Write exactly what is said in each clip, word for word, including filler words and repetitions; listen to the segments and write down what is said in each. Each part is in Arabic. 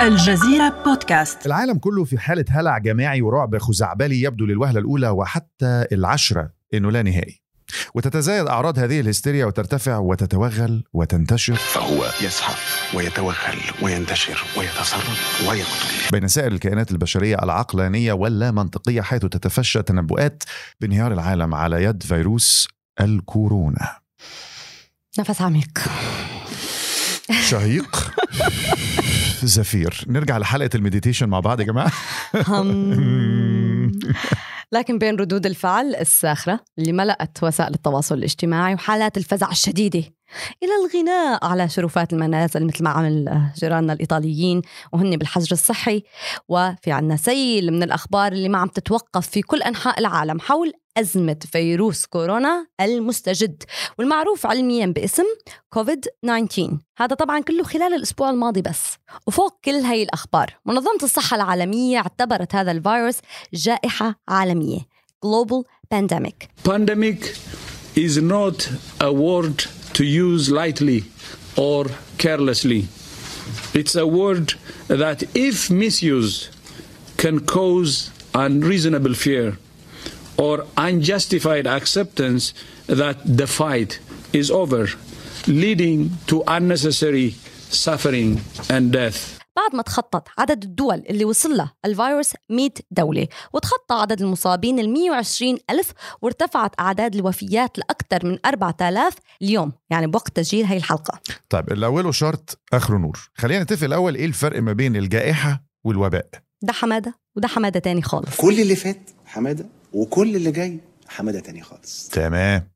الجزيرة بودكاست. العالم كله في حالة هلع جماعي ورعب خزعبلي يبدو للوهلة الأولى وحتى العشرة إنه لا نهائي، وتتزايد أعراض هذه الهستيريا وترتفع وتتوغل وتنتشر، فهو يزحف ويتوغل وينتشر ويتصرف ويقتل بين سائر الكائنات البشرية العقلانية واللا منطقية، حيث تتفشى تنبؤات بانهيار العالم على يد فيروس الكورونا. نفس عميق شهيق زفير. نرجع لحلقة المديتيشن مع بعض يا جماعة. لكن بين ردود الفعل الساخرة اللي ملأت وسائل التواصل الاجتماعي وحالات الفزع الشديدة إلى الغناء على شرفات المنازل مثل ما عمل جيراننا الإيطاليين وهن بالحجر الصحي، وفي عنا سيل من الأخبار اللي ما عم تتوقف في كل أنحاء العالم حول أزمة فيروس كورونا المستجد والمعروف علميا باسم كوفيد تسعة عشر. هذا طبعا كله خلال الأسبوع الماضي بس. وفوق كل هاي الأخبار، منظمة الصحة العالمية اعتبرت هذا الفيروس جائحة عالمية Global Pandemic. Pandemic is not a word to use lightly or carelessly. It's a word that if misused can cause unreasonable fear or unjustified acceptance that the fight is over, leading to unnecessary suffering and death. بعد ما تخطط عدد الدول اللي وصل له الفيروس مئة دولة، وتخطى عدد المصابين المئة وعشرين ألف، وارتفعت أعداد الوفيات لأكثر من أربعة آلاف اليوم، يعني بوقت تسجيل هاي الحلقة. طيب الأول شرط آخر نور، خلينا نتفق الأول إيه الفرق ما بين الجائحة والوباء؟ ده حمادة وده حمادة تاني خالص. كل اللي فات حمادة وكل اللي جاي حمادة تاني خالص. تمام.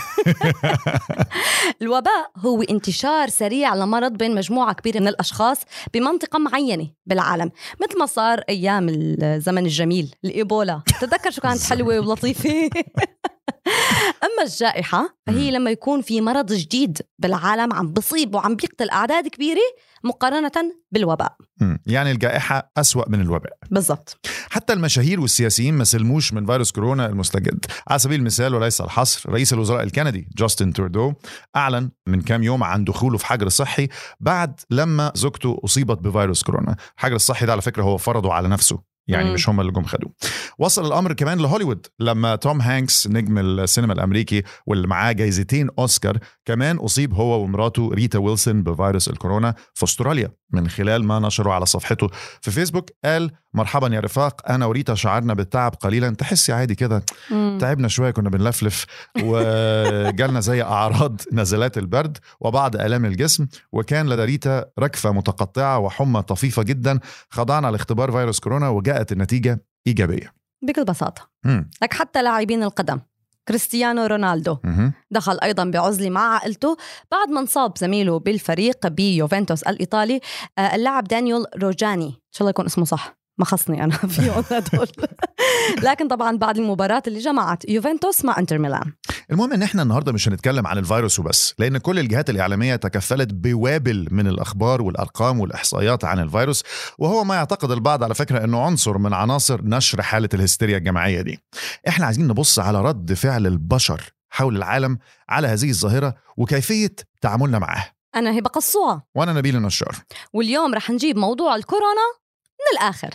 الوباء هو انتشار سريع لمرض بين مجموعة كبيرة من الأشخاص بمنطقة معينة بالعالم، مثل ما صار أيام الزمن الجميل الإيبولا. تذكر شو كانت حلوة ولطيفة. أما الجائحة فهي لما يكون في مرض جديد بالعالم عم بصيب وعم بيقتل أعداد كبيرة مقارنة بالوباء. يعني الجائحة أسوأ من الوباء. بالضبط. حتى المشاهير والسياسيين ما سلموش من فيروس كورونا المستجد. على سبيل المثال وليس الحصر، رئيس الوزراء الكندي جاستن ترودو أعلن من كام يوم عن دخوله في حجر صحي بعد لما زوجته أصيبت بفيروس كورونا. الحجر الصحي ده على فكرة هو فرضه على نفسه، يعني مش هم اللي جم خدوه. وصل الأمر كمان لهوليوود لما توم هانكس نجم السينما الأمريكي واللي معاه جايزتين أوسكار كمان أصيب هو ومراته ريتا ويلسون بفيروس الكورونا في أستراليا. من خلال ما نشره على صفحته في فيسبوك قال: مرحبا يا رفاق، أنا وريتا شعرنا بالتعب قليلا، تحسي عادي كده، تعبنا شوية، كنا بنلفلف وجالنا زي أعراض نزلات البرد وبعض آلام الجسم، وكان لدى ريتا ركفة متقطعة وحمى طفيفة جدا. خضعنا لاختبار فيروس كورونا وجاءت النتيجة إيجابية بكل بساطة. مم. لك حتى لاعبين القدم كريستيانو رونالدو مم. دخل أيضا بعزلة مع عائلته بعد ما انصاب زميله بالفريق بيوفنتوس الإيطالي اللاعب دانيال روجاني، إن شاء الله يكون اسمه صح، ما خصني أنا فيهم هدول. لكن طبعا بعد المباراة اللي جمعت يوفنتوس مع انتر ميلان. المهم ان احنا النهاردة مش هنتكلم عن الفيروس وبس، لان كل الجهات الإعلامية تكفلت بوابل من الأخبار والأرقام والإحصائيات عن الفيروس، وهو ما يعتقد البعض على فكرة انه عنصر من عناصر نشر حالة الهستيريا الجماعية دي. احنا عايزين نبص على رد فعل البشر حول العالم على هذه الظاهرة وكيفية تعاملنا معها. أنا هبة قصوى وأنا نبيل النشار، واليوم رح نجيب موضوع الكورونا من الآخر.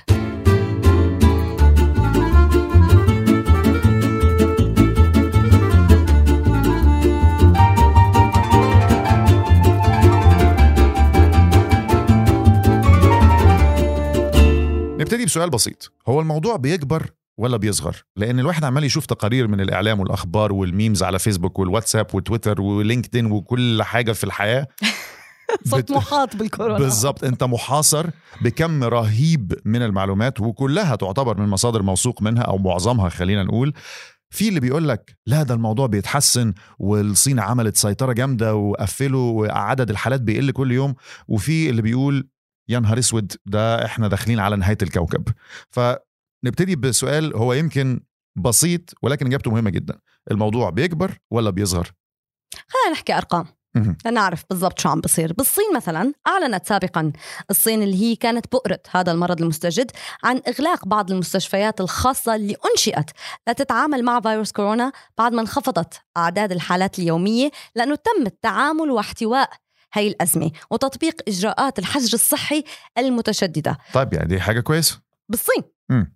نبتدي بسؤال بسيط، هو الموضوع بيكبر ولا بيصغر؟ لأن الواحد عمال يشوف تقارير من الإعلام والأخبار والميمز على فيسبوك والواتساب وتويتر ولينكدين وكل حاجة في الحياة. صرت محاط بالكورونا. بالضبط، أنت محاصر بكم رهيب من المعلومات وكلها تعتبر من مصادر موثوق منها أو معظمها. خلينا نقول في اللي بيقول لك لا ده الموضوع بيتحسن والصين عملت سيطرة جامدة وقفلوا وعدد الحالات بيقل كل يوم، وفي اللي بيقول يا نهار اسود ده احنا داخلين على نهاية الكوكب. فنبتدي بسؤال هو يمكن بسيط ولكن إجابته مهمة جدا، الموضوع بيكبر ولا بيصغر؟ خلينا نحكي أرقام لنعرف بالضبط شو عم بصير. بالصين مثلا أعلنت سابقا الصين اللي هي كانت بؤرة هذا المرض المستجد عن إغلاق بعض المستشفيات الخاصة اللي أنشئت لتتعامل مع فيروس كورونا بعد ما انخفضت أعداد الحالات اليومية، لأنه تم التعامل واحتواء هاي الأزمة وتطبيق إجراءات الحجر الصحي المتشددة. طيب يعني دي حاجة كويسة بالصين. مم.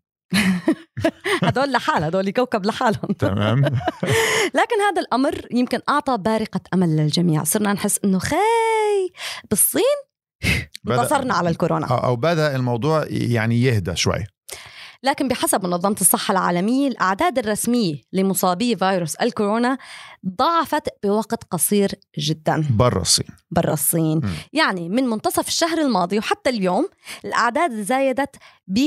هدول لحال هدول كوكب لحالهم. تمام. لكن هذا الأمر يمكن أعطى بارقة أمل للجميع. صرنا نحس إنه خي بالصين انتصرنا على الكورونا، أو بدأ الموضوع يعني يهدى شوي. لكن بحسب منظمة الصحة العالمية الأعداد الرسمية لمصابي فيروس الكورونا ضاعفت بوقت قصير جدا برا الصين. برا الصين م. يعني من منتصف الشهر الماضي وحتى اليوم الأعداد زايدت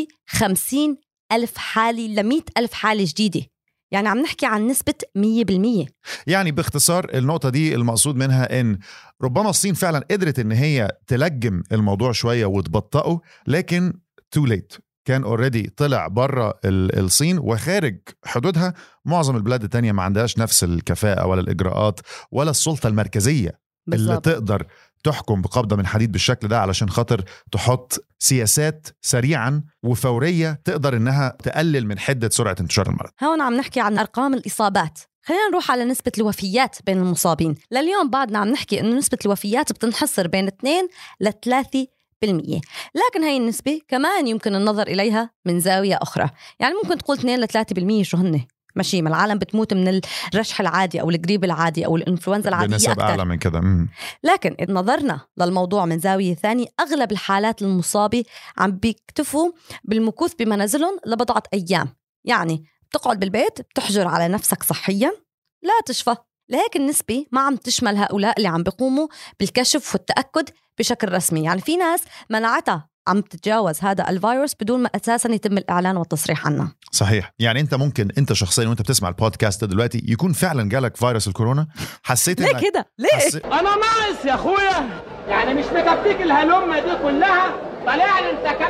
بخمسين ألف حالة لمئة ألف حالة جديدة. يعني عم نحكي عن نسبة مية بالمية. يعني باختصار النقطة دي المقصود منها إن ربما الصين فعلا قدرت إن هي تلجم الموضوع شوية وتبطئه، لكن too late. كان already طلع برا الصين وخارج حدودها معظم البلاد التانية ما عندهاش نفس الكفاءة ولا الإجراءات ولا السلطة المركزية بالزبط. اللي تقدر تحكم بقبضة من حديد بالشكل ده علشان خاطر تحط سياسات سريعا وفورية تقدر إنها تقلل من حدة سرعة انتشار المرض. هون عم نحكي عن أرقام الإصابات. خلينا نروح على نسبة الوفيات بين المصابين. لليوم بعدنا عم نحكي إنه نسبة الوفيات بتنحصر بين اثنين لثلاثة بالمية، لكن هاي النسبة كمان يمكن النظر إليها من زاوية أخرى. يعني ممكن تقول اثنين لثلاثة بالمية شو هن ماشي، ما العالم بتموت من الرشح العادي أو القريب العادي أو الإنفلونزا العادية بنسب أكتر أعلى من كده. مم. لكن إذا نظرنا للموضوع من زاوية ثانية أغلب الحالات المصابة عم بيكتفوا بالمكوث بمنازلهم لبضعة أيام. يعني بتقعد بالبيت بتحجر على نفسك صحيا لا تشفى. لهيك النسبة ما عم تشمل هؤلاء اللي عم بيقوموا بالكشف والتأكد بشكل رسمي. يعني في ناس مناعتها عم تتجاوز هذا الفيروس بدون ما أساساً يتم الإعلان والتصريح عنه. صحيح. يعني أنت ممكن أنت شخصياً وأنت بتسمع البودكاست دلوقتي يكون فعلاً جالك فيروس الكورونا، حسيت ليه كده؟ ليه؟ حس... أنا ناقص يا أخويا، يعني مش مكفيك الهلومة دي كلها طلع لي أنت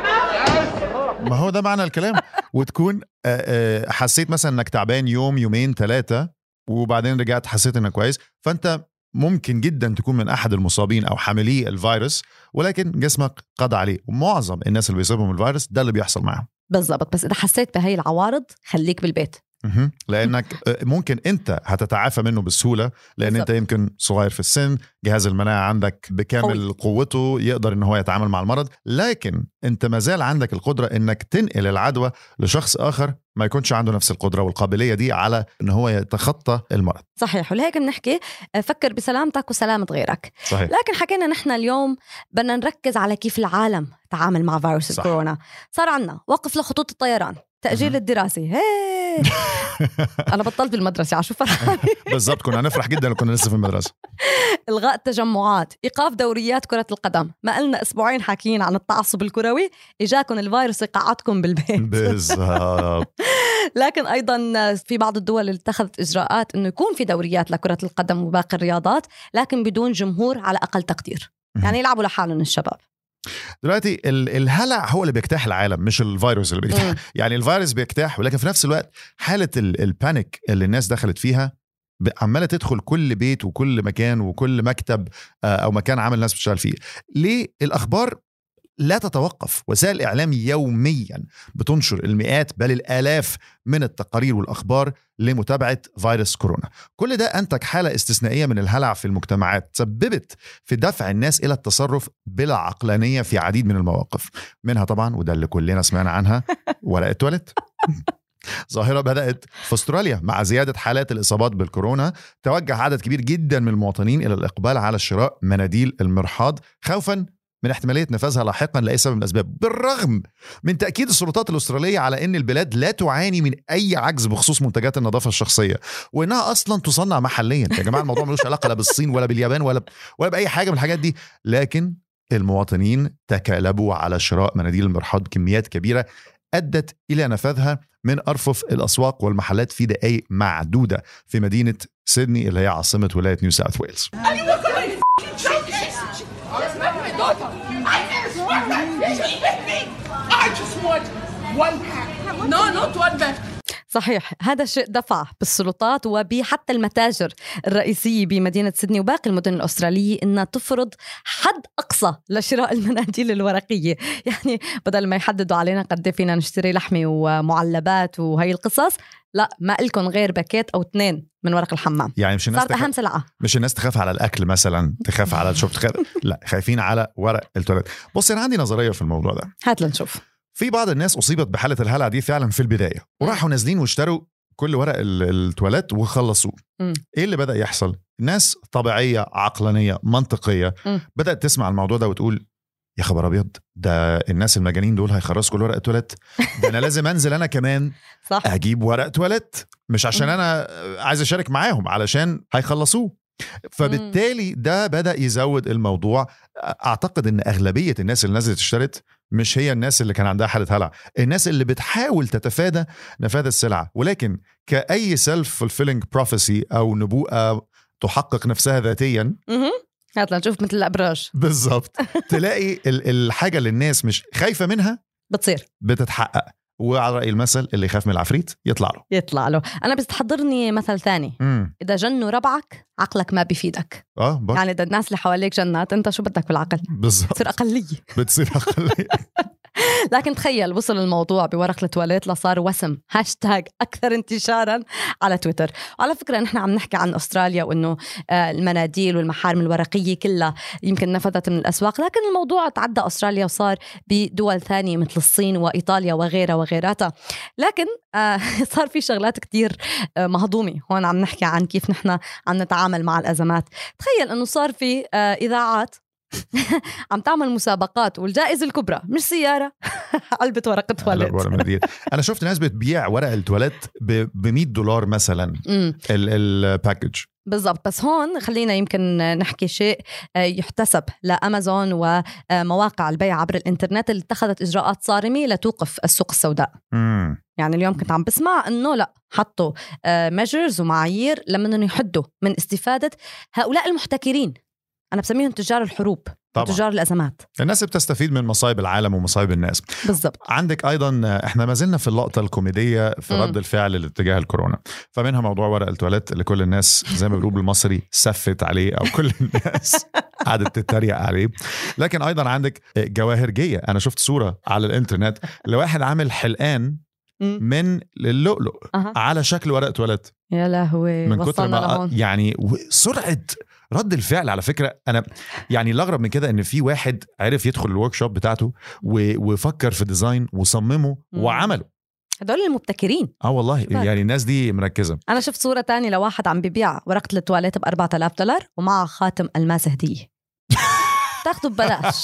كمان. ما هو ده معنى الكلام. وتكون حسيت مثلاً أنك تعبان يوم يومين ثلاثة وبعدين رجعت حسيت أنك كويس، فأنت ممكن جدا تكون من أحد المصابين أو حاملي الفيروس، ولكن جسمك قضى عليه. ومعظم الناس اللي بيصيبهم الفيروس ده اللي بيحصل معهم بالضبط. بس إذا حسيت بهاي العوارض خليك بالبيت، لأنك ممكن أنت هتتعافى منه بسهولة، لأن بالزبط. أنت يمكن صغير في السن، جهاز المناعة عندك بكامل قوي. قوته يقدر إن هو يتعامل مع المرض، لكن أنت مازال عندك القدرة إنك تنقل العدوى لشخص آخر ما يكونش عنده نفس القدرة والقابلية دي على إن هو يتخطى المرض. صحيح. ولهيك بنحكي فكر بسلامتك وسلامة غيرك. صحيح. لكن حكينا نحن اليوم بدنا نركز على كيف العالم تعامل مع فيروس صح. الكورونا. صار عنا وقف لخطوط الطيران، تأجيل الدراسة. هي أنا بطلت بالمدرسة عشو فرحانة. بالضبط، كنا نفرح جدا لو كنا لسه في المدرسة. إلغاء التجمعات، إيقاف دوريات كرة القدم. ما قلنا أسبوعين حاكيين عن التعصب الكروي، إجاكم الفيروس يقعدكم بالبيت. بالضبط. لكن أيضا في بعض الدول اللي اتخذت إجراءات إنه يكون في دوريات لكرة القدم وباقي الرياضات، لكن بدون جمهور على أقل تقدير، يعني يلعبوا لحالهم الشباب. دلوقتي الهلع هو اللي بيجتاح العالم مش الفيروس اللي بيجتاح. يعني الفيروس بيجتاح، ولكن في نفس الوقت حالة البانيك اللي الناس دخلت فيها عمالة تدخل كل بيت وكل مكان وكل مكتب أو مكان عمل الناس بتشتغل فيه. ليه؟ الأخبار لا تتوقف، وسائل الإعلام يوميا بتنشر المئات بل الآلاف من التقارير والأخبار لمتابعة فيروس كورونا. كل ده أنتج حالة استثنائية من الهلع في المجتمعات، سببت في دفع الناس إلى التصرف بلا عقلانية في عديد من المواقف، منها طبعا وده اللي كلنا سمعنا عنها ورق التواليت. ظاهرة بدأت في أستراليا مع زيادة حالات الإصابات بالكورونا. توجه عدد كبير جدا من المواطنين إلى الإقبال على شراء مناديل المرحاض خوفا من احتمالية نفاذها لاحقا لأي سبب من الأسباب، بالرغم من تأكيد السلطات الأسترالية على أن البلاد لا تعاني من أي عجز بخصوص منتجات النظافة الشخصية، وإنها أصلا تصنع محليا. يا جماعة الموضوع ملوش علاقة لا بالصين ولا باليابان ولا ولا بأي حاجة من الحاجات دي، لكن المواطنين تكالبوا على شراء مناديل المرحاض بكميات كبيرة أدت إلى نفاذها من أرفف الأسواق والمحلات في دقائق معدودة في مدينة سيدني اللي هي عاصمة ولاية نيو ساوث ويلز. صحيح، هذا الشيء دفع بالسلطات وبحتى المتاجر الرئيسية بمدينة سيدني وباقي المدن الأسترالية إنها تفرض حد أقصى لشراء المناديل الورقية. يعني بدل ما يحددوا علينا قد فينا نشتري لحمة ومعلبات وهي القصص، لا، ما إلكن غير باكيت أو اثنين من ورق الحمام. يعني مش الناس صارت تخ... أهم سلعة. مش الناس تخاف على الأكل مثلا، تخاف على الشوب تخاف... لا، خايفين على ورق التواليت. بص، أنا عندي نظرية في الموضوع ده، هات لنشوف. في بعض الناس أصيبت بحالة الهلع دي فعلا في البداية، وراحوا نازلين واشتروا كل ورق التواليت وخلصوه. م. إيه اللي بدأ يحصل؟ الناس طبيعية عقلانية منطقية م. بدأت تسمع الموضوع ده وتقول يا خبر أبيض، ده الناس المجانين دول هيخرسوا كل ورق تواليت، ده أنا لازم أنزل أنا كمان صح. أجيب ورق تواليت، مش عشان م. أنا عايز أشارك معاهم، علشان هيخلصوه. فبالتالي ده بدأ يزود الموضوع. أعتقد أن أغلبية الناس اللي نزلت اشترت مش هي الناس اللي كان عندها حالة هلع، الناس اللي بتحاول تتفادى نفاذ السلعة. ولكن كأي self fulfilling prophecy أو نبوءة تحقق نفسها ذاتيا، هاتلا نشوف مثل الأبراج بالضبط. تلاقي الحاجة اللي الناس مش خايفة منها بتصير بتتحقق. وعلى رأي المثل، اللي يخاف من العفريت يطلع له يطلع له. أنا بتحضرني مثل ثاني، مم. إذا جنوا ربعك عقلك ما بيفيدك. آه بك. يعني إذا الناس اللي حواليك جنات، أنت شو بدك بالعقل؟ بالضبط، بتصير أقلية بتصير أقلية. لكن تخيل وصل الموضوع بورق التواليت لصار وسم هاشتاج أكثر انتشارا على تويتر. وعلى فكرة نحن عم نحكي عن أستراليا وإنه المناديل والمحارم الورقية كلها يمكن نفذت من الأسواق، لكن الموضوع تعدى أستراليا وصار بدول ثانية مثل الصين وإيطاليا وغيرها وغيراتها. لكن صار في شغلات كتير مهضومة. هون عم نحكي عن كيف نحن عم نتعامل مع الأزمات. تخيل إنه صار في إذاعات عم تعمل مسابقات، والجائزة الكبرى مش سيارة، علبة ورق تواليت. أنا شفت ناس بتبيع ورق التواليت ب مية دولار مثلا الباكج. بالضبط. بس هون خلينا يمكن نحكي شيء يحتسب لأمازون ومواقع البيع عبر الإنترنت اللي اتخذت إجراءات صارمة لتوقف السوق السوداء. مم. يعني اليوم كنت عم بسمع إنه لا، حطوا measures ومعايير لمن يحدوا من استفادة هؤلاء المحتكرين. أنا بسميهم تجار الحروب، تجار الأزمات. الناس بتستفيد من مصايب العالم ومصايب الناس. بالضبط. عندك أيضا، إحنا ما زلنا في اللقطة الكوميدية في رد الفعل لاتجاه الكورونا، فمنها موضوع ورق التواليت اللي كل الناس زي ما بيقولوا بالمصري سفت عليه، أو كل الناس قعدت تتريق عليه. لكن أيضا عندك جواهرجية. أنا شفت صورة على الإنترنت لواحد عامل حلقان من اللؤلؤ أه. على شكل ورق تواليت. يا لهوي، من كتر ما يعني سرعة رد الفعل. على فكرة أنا يعني الأغرب من كده إن في واحد عرف يدخل الوركشوب بتاعته وفكر في ديزاين وصممه وعمله. هدول المبتكرين. اه والله شبك. يعني الناس دي مركزة. أنا شفت صورة تانية لواحد عم ببيع ورقة التواليت بأربعة آلاف دولار ومع خاتم ألماس هدية. تاخده ببلاش.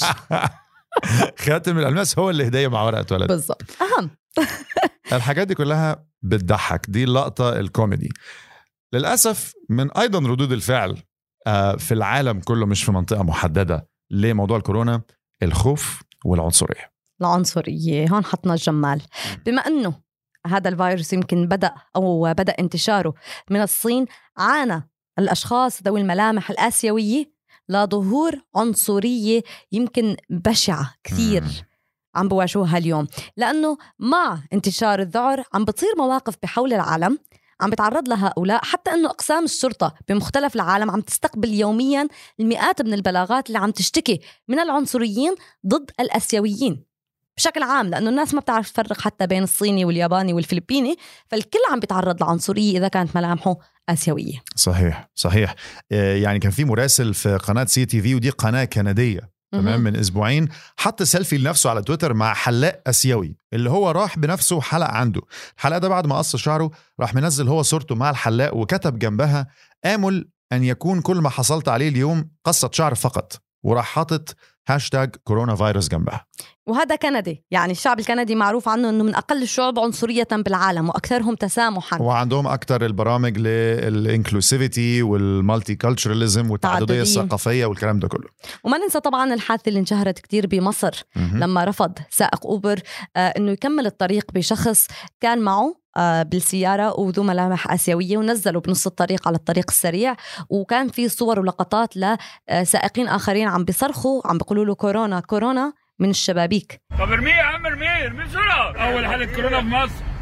خاتم الألماس هو اللي هدية مع ورقة تواليت. بالضبط. أهم. الحاجات دي كلها بتضحك. دي اللقطة الكوميدي. للأسف من أيضا ردود الفعل في العالم كله، مش في منطقة محددة، لموضوع الكورونا، الخوف والعنصرية. العنصرية هون حطنا الجمال. بما أنه هذا الفيروس يمكن بدأ أو بدأ انتشاره من الصين، عانى الأشخاص ذوي الملامح الآسيوية لظهور عنصرية يمكن بشعة كثير م. عم بواجهوها اليوم، لأنه مع انتشار الذعر عم بتصير مواقف بحول العالم عم بتعرض لها هؤلاء، حتى أنه أقسام الشرطة بمختلف العالم عم تستقبل يوميا المئات من البلاغات اللي عم تشتكي من العنصريين ضد الآسيويين بشكل عام، لأنه الناس ما بتعرف تفرق حتى بين الصيني والياباني والفلبيني، فالكل عم بيتعرض لعنصرية إذا كانت ملامحه آسيوية. صحيح صحيح. يعني كان في مراسل في قناة سي تي في، ودي قناة كندية تمام، من أسبوعين حط سيلفي لنفسه على تويتر مع حلاق آسيوي اللي هو راح بنفسه حلق عنده. الحلاق ده بعد ما قص شعره راح منزل هو صورته مع الحلاق وكتب جنبها: آمل أن يكون كل ما حصلت عليه اليوم قصة شعر فقط، وراح حاطط هاشتاج كورونا فيروس جنبها. وهذا كندي، يعني الشعب الكندي معروف عنه أنه من أقل الشعوب عنصرية بالعالم وأكثرهم تسامحا، وعندهم أكتر البرامج للإنكلوسيفيتي والمالتي كالتشراليزم والتعددية الثقافية والكلام ده كله. وما ننسى طبعا الحادثة اللي انشهرت كتير بمصر م-م. لما رفض سائق أوبر آه أنه يكمل الطريق بشخص كان معه آه بالسيارة وذو ملامح آسيوية، ونزلوا بنص الطريق على الطريق السريع، وكان في صور ولقطات لسائقين آخرين عم بيصرخوا عم بيقولوا له كورونا كورونا من الشبابيك. طب ارميه يا عم، ارميه ارميه بسرعة. أول حالة كورونا في مصر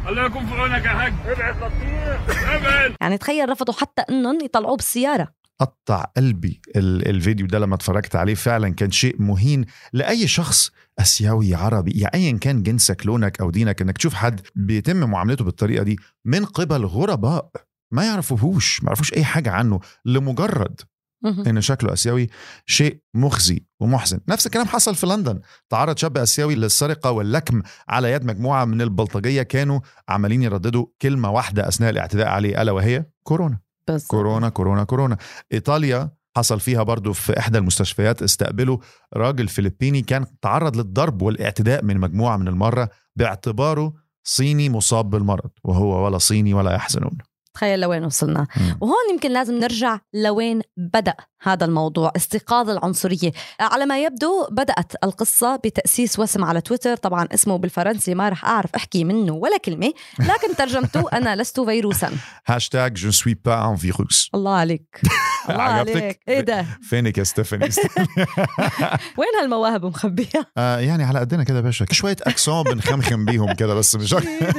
الله يكون في عونك يا حاج. ابعد بطيخ ابعد. يعني تخيل رفضوا حتى انهم يطلعوه بالسياره. قطع قلبي ال- الفيديو ده لما اتفرجت عليه. فعلا كان شيء مهين لأي شخص أسيوي عربي، يعني أيا كان جنسك لونك أو دينك، إنك تشوف حد بيتم معاملته بالطريقة دي من قبل غرباء ما يعرفوهوش ما يعرفوش أي حاجة عنه لمجرد إن شكله أسيوي. شيء مخزي ومحزن. نفس الكلام حصل في لندن. تعرض شاب أسيوي للسرقة واللكم على يد مجموعة من البلطجية كانوا عمالين يرددوا كلمة واحدة أثناء الاعتداء عليه، ألا وهي كورونا. بس كورونا كورونا كورونا. إيطاليا حصل فيها برضو في إحدى المستشفيات استقبلوا راجل فلبيني كان تعرض للضرب والاعتداء من مجموعة من المرة باعتباره صيني مصاب بالمرض، وهو ولا صيني ولا يحزنون. تخيل لوين وصلنا. مم. وهون يمكن لازم نرجع لوين بدأ هذا الموضوع، استيقاظ العنصرية. على ما يبدو بدأت القصة بتأسيس وسم على تويتر، طبعا اسمه بالفرنسي ما رح أعرف أحكي منه ولا كلمة، لكن ترجمته أنا لست فيروسا. هاشتاج je suis pas un virus. الله عليك. الله عجبتك؟ عليك. إيه ده؟ فينك يا ستيفاني؟ وين هالمواهب مخبية؟ آه يعني على قدنا كده باشا، شوية أكسون بنخمخم بيهم كده بس مش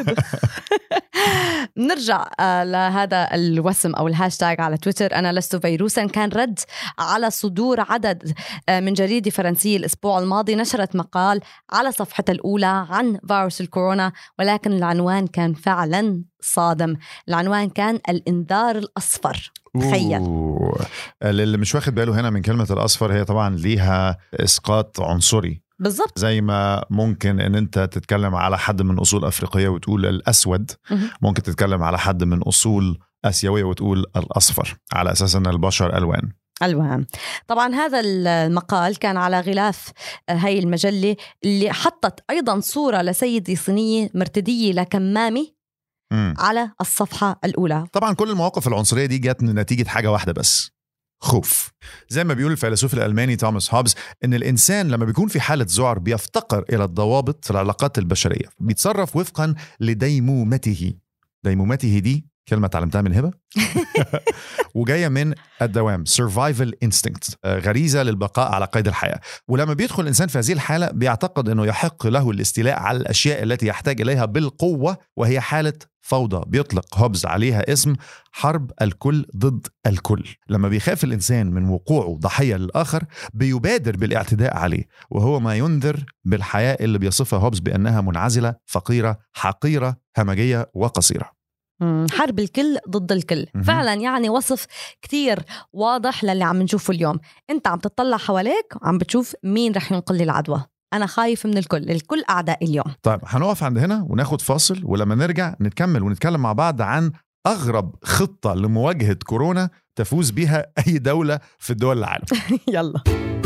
نرجع آه لهذا الوسم أو الهاشتاج على تويتر أنا لست فيروسا. كان رد على صدور عدد آه من جريدة فرنسية الأسبوع الماضي نشرت مقال على صفحتها الأولى عن فيروس الكورونا، ولكن العنوان كان فعلا صادم. العنوان كان الإنذار الأصفر. تخيل. اللي مش واخد باله هنا من كلمة الأصفر، هي طبعا ليها إسقاط عنصري بالضبط. زي ما ممكن ان انت تتكلم على حد من اصول افريقيه وتقول الاسود، ممكن تتكلم على حد من اصول اسيويه وتقول الاصفر، على اساس ان البشر الوان. الوان. طبعا هذا المقال كان على غلاف هاي المجله اللي حطت ايضا صوره لسيده صينيه مرتديه لكمامه مم. على الصفحه الاولى. طبعا كل المواقف العنصريه دي جت نتيجه حاجه واحده بس، خوف. زي ما بيقول الفيلسوف الألماني توماس هوبز إن الإنسان لما بيكون في حالة ذعر بيفتقر إلى الضوابط في العلاقات البشرية، بيتصرف وفقا لديمومته. ديمومته دي كلمة تعلمتها من هبة وجاية من الدوام، survival instinct، غريزة للبقاء على قيد الحياة. ولما بيدخل الإنسان في هذه الحالة بيعتقد أنه يحق له الاستيلاء على الأشياء التي يحتاج إليها بالقوة، وهي حالة فوضى بيطلق هوبز عليها اسم حرب الكل ضد الكل. لما بيخاف الإنسان من وقوعه ضحية للآخر بيبادر بالاعتداء عليه، وهو ما ينذر بالحياة اللي بيصفها هوبز بأنها منعزلة، فقيرة، حقيرة، همجية وقصيرة. حرب الكل ضد الكل. فعلا يعني وصف كتير واضح للي عم نشوفه اليوم. انت عم تطلع حواليك وعم بتشوف مين رح ينقل العدوى. أنا خايف من الكل، الكل أعداء اليوم. طيب هنقف عند هنا وناخد فاصل، ولما نرجع نتكمل ونتكلم مع بعض عن أغرب خطة لمواجهة كورونا تفوز بها أي دولة في الدول العالم. يلا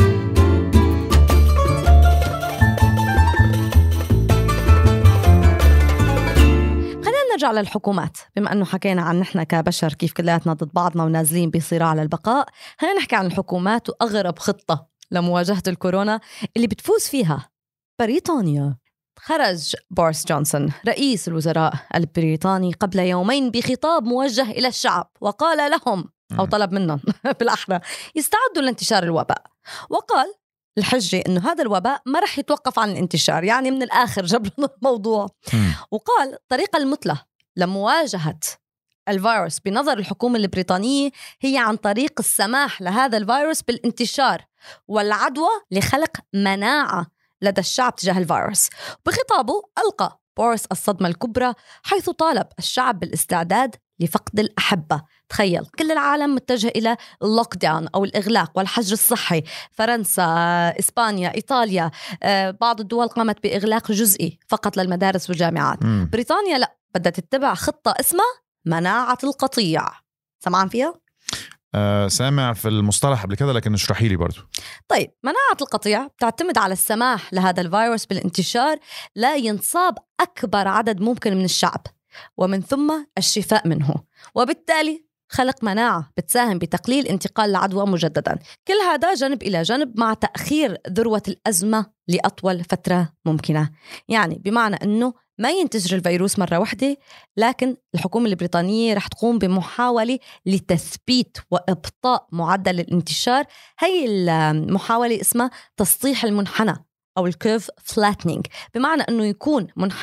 نرجع للحكومات. بما أنه حكينا عن نحن كبشر كيف كلياتنا ضد بعضنا ونازلين بصراع للبقاء، خلينا نحكي عن الحكومات وأغرب خطة لمواجهة الكورونا اللي بتفوز فيها بريطانيا. خرج بوريس جونسون رئيس الوزراء البريطاني قبل يومين بخطاب موجه إلى الشعب، وقال لهم أو طلب منهم بالأحرى يستعدوا لانتشار الوباء، وقال الحجة إنه هذا الوباء ما رح يتوقف عن الانتشار. يعني من الآخر جاب لنا الموضوع. وقال الطريقة المثلى لمواجهة الفيروس بنظر الحكومة البريطانية هي عن طريق السماح لهذا الفيروس بالانتشار والعدوى لخلق مناعة لدى الشعب تجاه الفيروس. بخطابه ألقى بوريس الصدمة الكبرى حيث طالب الشعب بالاستعداد لفقد الأحبة. تخيل كل العالم متجه إلى اللوك داون أو الإغلاق والحجر الصحي. فرنسا، إسبانيا، إيطاليا، بعض الدول قامت بإغلاق جزئي فقط للمدارس والجامعات. م. بريطانيا لا، بدها تتبع خطة اسمها مناعة القطيع. سمعان فيها؟ أه سامع في المصطلح قبل كده، لكن اشرحي لي برضو. طيب، مناعة القطيع تعتمد على السماح لهذا الفيروس بالانتشار لا ينصاب أكبر عدد ممكن من الشعب، ومن ثم الشفاء منه، وبالتالي خلق مناعة بتساهم بتقليل انتقال العدوى مجددا. كل هذا جانب إلى جانب مع تأخير ذروة الأزمة لأطول فترة ممكنة. يعني بمعنى أنه ما ينتشر الفيروس مرة واحدة، لكن الحكومة البريطانية رح تقوم بمحاولة لتثبيت وإبطاء معدل الانتشار. هي المحاولة اسمها تسطيح المنحنى أو الكيرف فلاتنينج، بمعنى أنه يكون منحنى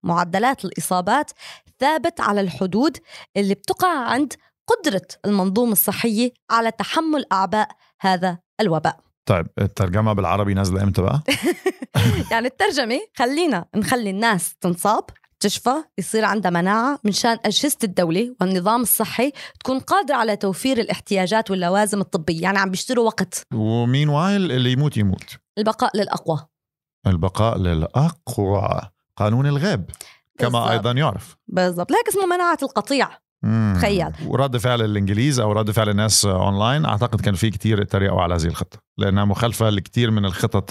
معدلات الإصابات ثابت على الحدود اللي بتقع عند قدرة المنظومة الصحية على تحمل أعباء هذا الوباء. طيب الترجمة بالعربي نازلة إمتى بقى؟ يعني الترجمة خلينا نخلي الناس تنصاب تشفى يصير عندها مناعة منشان أجهزة الدولة والنظام الصحي تكون قادرة على توفير الاحتياجات واللوازم الطبية. يعني عم بيشتروا وقت. ومين وايل اللي يموت يموت. البقاء للأقوى. البقاء للأقوى، قانون الغاب كما بالزبط. أيضا يعرف بالضبط، لهيك اسمه مناعة القطيع. تخيل. ورد فعل الإنجليز أو رد فعل الناس أونلاين أعتقد كان فيه كتير اتريقوا على هذه الخطة لأنها مخالفة لكتير من الخطط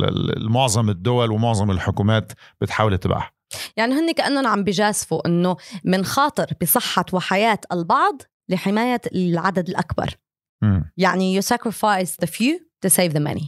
المعظم الدول ومعظم الحكومات بتحاول تتبعها. يعني هن كأنهم عم بجاسفوا أنه من خاطر بصحة وحياة البعض لحماية العدد الأكبر. مم. يعني you sacrifice the few to save the many.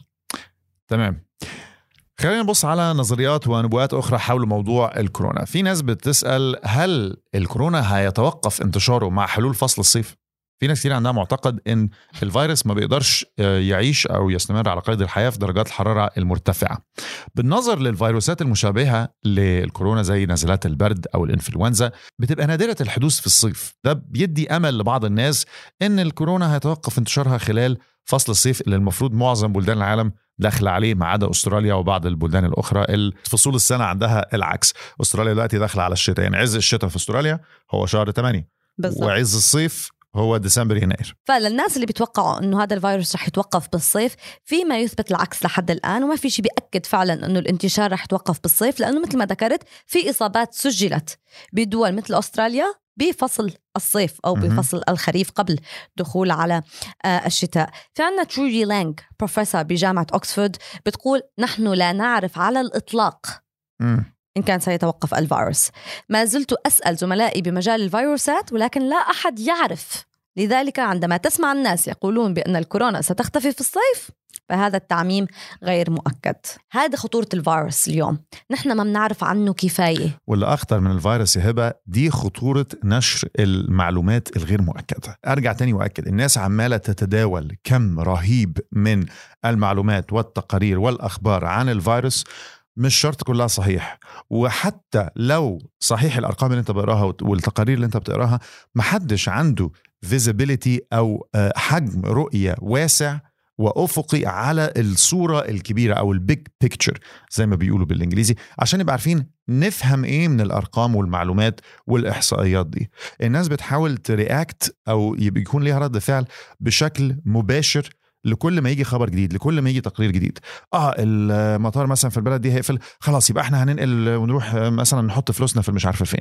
تمام. خلينا نبص على نظريات ونبوءات أخرى حول موضوع الكورونا. في ناس بتسأل هل الكورونا هيتوقف انتشاره مع حلول فصل الصيف؟ في ناس كتير عندها معتقد إن الفيروس ما بيقدرش يعيش أو يستمر على قيد الحياة في درجات الحرارة المرتفعة. بالنظر للفيروسات المشابهة للكورونا زي نزلات البرد أو الإنفلونزا بتبقى نادرة الحدوث في الصيف. ده بيدي أمل لبعض الناس إن الكورونا هيتوقف انتشارها خلال فصل الصيف اللي المفروض معظم بلدان العالم داخل عليه ما عدا أستراليا وبعض البلدان الأخرى. فصول السنة عندها العكس. أستراليا دلوقتي داخل على الشتاء، يعني عز الشتاء في أستراليا هو شهر ثمانية وعز الصيف هو ديسمبر يناير. فللناس اللي بيتوقعوا انه هذا الفيروس رح يتوقف بالصيف، في ما يثبت العكس لحد الآن، وما في شيء بيأكد فعلا انه الانتشار رح يتوقف بالصيف، لانه مثل ما ذكرت في إصابات سجلت بدول مثل أستراليا بفصل الصيف أو بفصل الخريف قبل دخول على الشتاء. في عنا تروجي لانج بروفيسور بجامعة أكسفورد بتقول نحن لا نعرف على الإطلاق م. إن كان سيتوقف الفيروس. ما زلت أسأل زملائي بمجال الفيروسات ولكن لا أحد يعرف. لذلك عندما تسمع الناس يقولون بأن الكورونا ستختفي في الصيف فهذا التعميم غير مؤكد. هذا خطورة الفيروس اليوم، نحن ما بنعرف عنه كفاية. واللي أخطر من الفيروس يا هبة دي خطورة نشر المعلومات الغير مؤكدة. أرجع تاني وأكد، الناس عمالة تتداول كم رهيب من المعلومات والتقارير والأخبار عن الفيروس، مش شرط كلها صحيح. وحتى لو صحيح الأرقام اللي انت بقراها والتقارير اللي انت بتقراها، محدش عنده visibility أو حجم رؤية واسع وأفقي على الصورة الكبيرة أو البيج بيكتشر زي ما بيقولوا بالإنجليزي، عشان يبقى عارفين نفهم إيه من الأرقام والمعلومات والإحصائيات دي. الناس بتحاول ترياكت أو يكون ليها رد فعل بشكل مباشر لكل ما يجي خبر جديد، لكل ما يجي تقرير جديد. اه المطار مثلا في البلد دي هيقفل، خلاص يبقى احنا هننقل ونروح مثلا نحط فلوسنا في مش عارفه فين.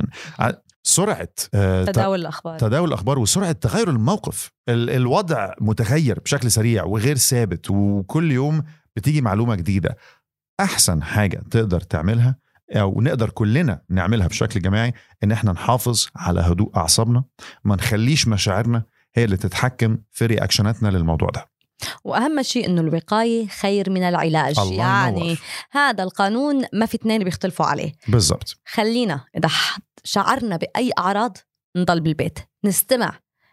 سرعه آه تداول الاخبار تداول الاخبار وسرعه تغير الموقف. ال- الوضع متغير بشكل سريع وغير ثابت، وكل يوم بتيجي معلومه جديده. احسن حاجه تقدر تعملها او نقدر كلنا نعملها بشكل جماعي ان احنا نحافظ على هدوء اعصابنا، ما نخليش مشاعرنا هي اللي تتحكم في رياكشناتنا للموضوع ده. وأهم شيء إنه الوقاية خير من العلاج. يعني نور. هذا القانون ما في اثنين بيختلفوا عليه بالضبط. خلينا إذا شعرنا بأي أعراض نضل بالبيت، نستمع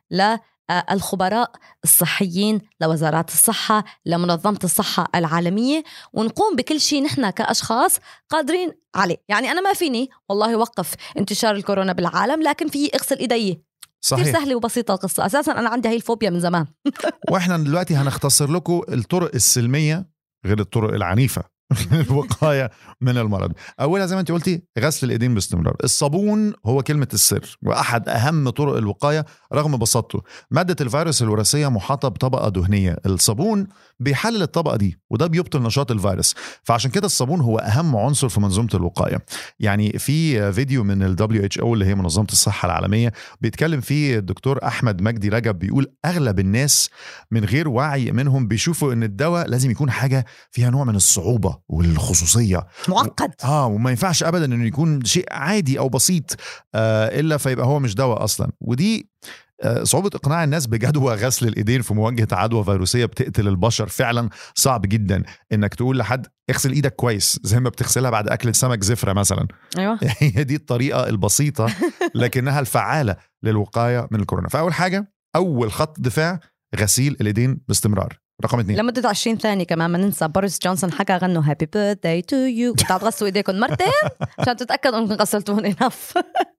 للخبراء الصحيين، لوزارات الصحة، لمنظمة الصحة العالمية، ونقوم بكل شيء نحن كأشخاص قادرين عليه. يعني أنا ما فيني والله وقف انتشار الكورونا بالعالم، لكن في اغسل إيدي. صحيح. كثير سهلة وبسيطة القصة. أساساً أنا عندي هاي الفوبيا من زمان. وإحنا دلوقتي هنختصر لكم الطرق السلمية غير الطرق العنيفة الوقاية من المرض. أولها زي ما أنت قلتي غسل الإيدين باستمرار. الصابون هو كلمة السر وأحد أهم طرق الوقاية رغم بساطته. مادة الفيروس الوراثية محاطة بطبقة دهنية، الصابون بيحلل الطبقة دي وده بيبطل نشاط الفيروس، فعشان كده الصابون هو أهم عنصر في منظومة الوقاية. يعني في فيديو من ال دبليو إتش أو اللي هي منظمة الصحة العالمية بيتكلم فيه الدكتور أحمد مجدي رجب، بيقول أغلب الناس من غير وعي منهم بيشوفوا إن الدواء لازم يكون حاجة فيها نوع من الصعوبة والخصوصية، معقد اه وما ينفعش ابدا انه يكون شيء عادي او بسيط آه الا فيبقى هو مش دواء اصلا. ودي آه صعوبة اقناع الناس بجدوى غسل الايدين في مواجهة عدوى فيروسية بتقتل البشر. فعلا صعب جدا انك تقول لحد اغسل ايدك كويس زي ما بتغسلها بعد اكل سمك زفرة مثلا. ايوه هي دي الطريقة البسيطة لكنها الفعالة للوقاية من الكورونا. فاول حاجة، اول خط دفاع غسيل الايدين باستمرار. رقم اثنين لمدة عشرين ثانية كمان ما ننسى بوريس جونسون حكى غنوا هابي بيرثداي تو يو، كنتوا تغسلوا ايديكم مرتين عشان تتأكدوا انكم غسلتوهم انف.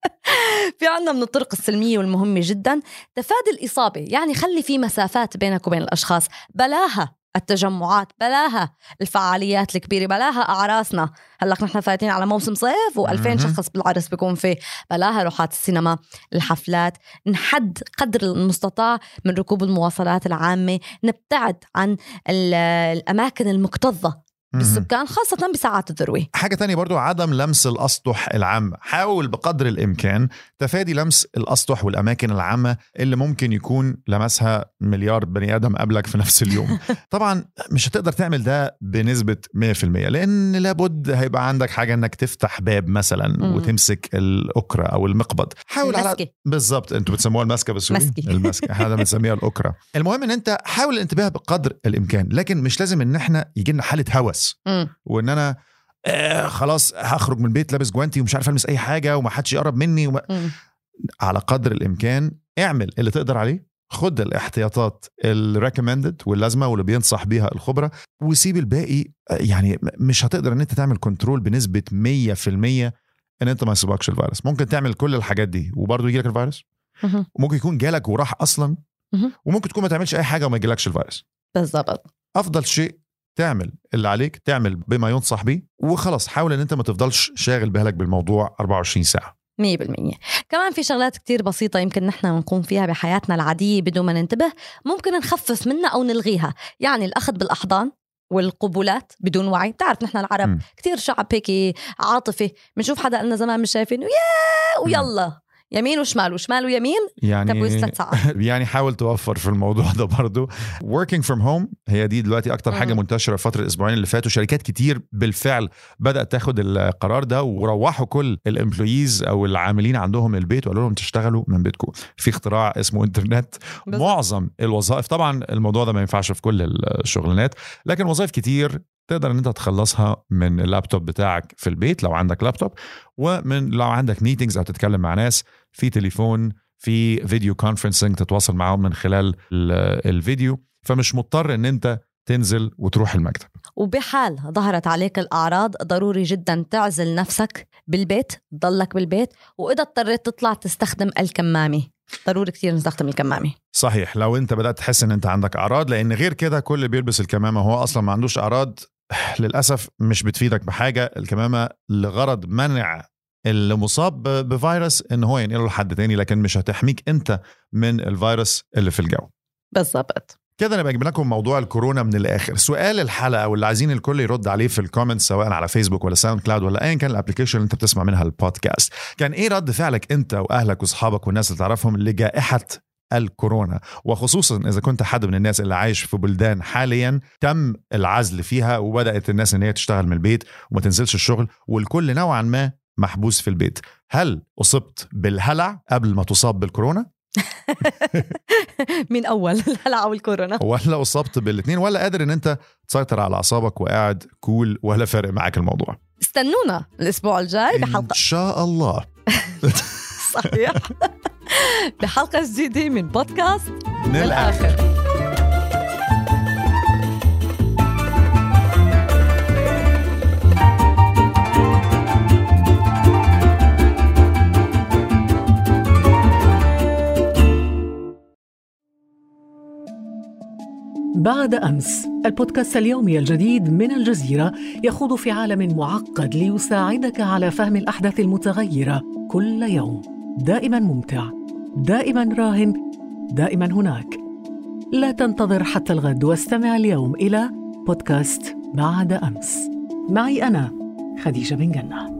في عنا من الطرق السلمية والمهمة جدا تفادي الإصابة، يعني خلي في مسافات بينك وبين الأشخاص، بلاها التجمعات، بلاها الفعاليات الكبيرة، بلاها أعراسنا. هلأ نحن فاتين على موسم صيف وألفين شخص بالعرس بيكون فيه، بلاها روحات السينما، الحفلات، نحد قدر المستطاع من ركوب المواصلات العامة، نبتعد عن الأماكن المكتظة بالسكان خاصة بساعات الذروة. حاجة تانية برضو عدم لمس الأسطح العامة، حاول بقدر الإمكان تفادي لمس الأسطح والأماكن العامة اللي ممكن يكون لمسها مليار بني آدم قبلك في نفس اليوم. طبعا مش هتقدر تعمل ده بنسبة مية في المية، لأن لابد هيبقى عندك حاجة أنك تفتح باب مثلا مم. وتمسك الأكرة أو المقبض. حاول المسكة. على بالضبط، أنتوا بتسموها المسكة بالسوري، مسكي. المسكة احنا بنسميها الأكرة. المهم أن أنت حاول الانتباه بقدر الإمكان، لكن مش لازم أن احنا يجينا حالة هوس مم. وان انا آه خلاص هخرج من البيت لابس جوانتي ومش عارف المس اي حاجه وما حدش يقرب مني وما... على قدر الامكان اعمل اللي تقدر عليه، خد الاحتياطات الريكومندد واللازمه واللي بينصح بيها الخبره، وسيب الباقي. يعني مش هتقدر ان انت تعمل كنترول بنسبه مية في المية ان انت ما يصيبكش الفيروس. ممكن تعمل كل الحاجات دي وبرضه يجيلك الفيروس، وممكن يكون جالك وراح اصلا، وممكن تكون ما تعملش اي حاجه وما يجيلكش الفيروس. بالضبط. افضل شيء تعمل اللي عليك، تعمل بما ينصح به، وخلاص حاول ان انت ما تفضلش شاغل بالك بالموضوع أربعة وعشرين ساعة. مية بالمية. كمان في شغلات كتير بسيطة يمكن نحن نقوم فيها بحياتنا العادية بدون ما ننتبه، ممكن نخفف منها أو نلغيها. يعني الأخذ بالأحضان والقبولات بدون وعي. تعرف نحن العرب م. كتير شعب هيك عاطفي، بنشوف حدا قلنا زمان مش شايفينه يا ويلا يمين وشمال وشمال ويمين، يعني يعني حاول توفر في الموضوع ده برضو. working from home هي دي دلوقتي أكتر حاجة منتشرة فترة الأسبوعين اللي فاتوا. شركات كتير بالفعل بدأت تاخد القرار ده، وروحوا كل الامبلويز أو العاملين عندهم البيت وقالوا لهم تشتغلوا من بيتكم في اختراع اسمه انترنت. معظم الوظائف طبعا الموضوع ده ما ينفعش في كل الشغلانات، لكن وظائف كتير تقدر ان انت تخلصها من اللابتوب بتاعك في البيت لو عندك لابتوب، ومن لو عندك ميتينجز او تتكلم مع ناس في تليفون، في فيديو كونفرنسنج تتواصل معهم من خلال الفيديو، فمش مضطر ان انت تنزل وتروح المكتب. وبحال ظهرت عليك الأعراض ضروري جدا تعزل نفسك بالبيت، ضلك بالبيت، وإذا اضطريت تطلع تستخدم الكمامة. ضروري كتير نستخدم الكمامة. صحيح، لو انت بدأت تحس ان انت عندك أعراض، لأن غير كده كل اللي بيلبس الكمامة هو أصلا ما عندوش أعراض، للأسف مش بتفيدك بحاجة. الكمامة لغرض منع المصاب بفيروس ان هو ينقله لحد تاني، لكن مش هتحميك انت من الفيروس اللي في الجو. بالضبط. كده نبقى اجيب لكم موضوع الكورونا من الاخر. سؤال الحلقه واللي عايزين الكل يرد عليه في الكومنتس سواء على فيسبوك ولا ساوند كلاود ولا ايا كان الابلكيشن اللي انت بتسمع منها البودكاست، كان ايه رد فعلك انت واهلك واصحابك والناس اللي تعرفهم لجائحه الكورونا، وخصوصا إذا كنت حد من الناس اللي عايش في بلدان حاليا تم العزل فيها وبدأت الناس إن هي تشتغل من البيت وما تنزلش الشغل، والكل نوعا ما محبوس في البيت. هل أصبت بالهلع قبل ما تصاب بالكورونا؟ من أول الهلع أو الكورونا، ولا أصبت بالاثنين، ولا قادر إن أنت تسيطر على أعصابك وقاعد كول ولا فارق معك الموضوع؟ استنونا الأسبوع الجاي بحلقة إن شاء الله. صحيح. بحلقة جديدة من بودكاست من الآخر. بعد أمس، البودكاست اليومي الجديد من الجزيرة يخوض في عالم معقد ليساعدك على فهم الأحداث المتغيرة كل يوم. دائما ممتع، دائما راهن، دائما هناك. لا تنتظر حتى الغد واستمع اليوم إلى بودكاست بعد أمس. معي أنا خديجة بن جنة.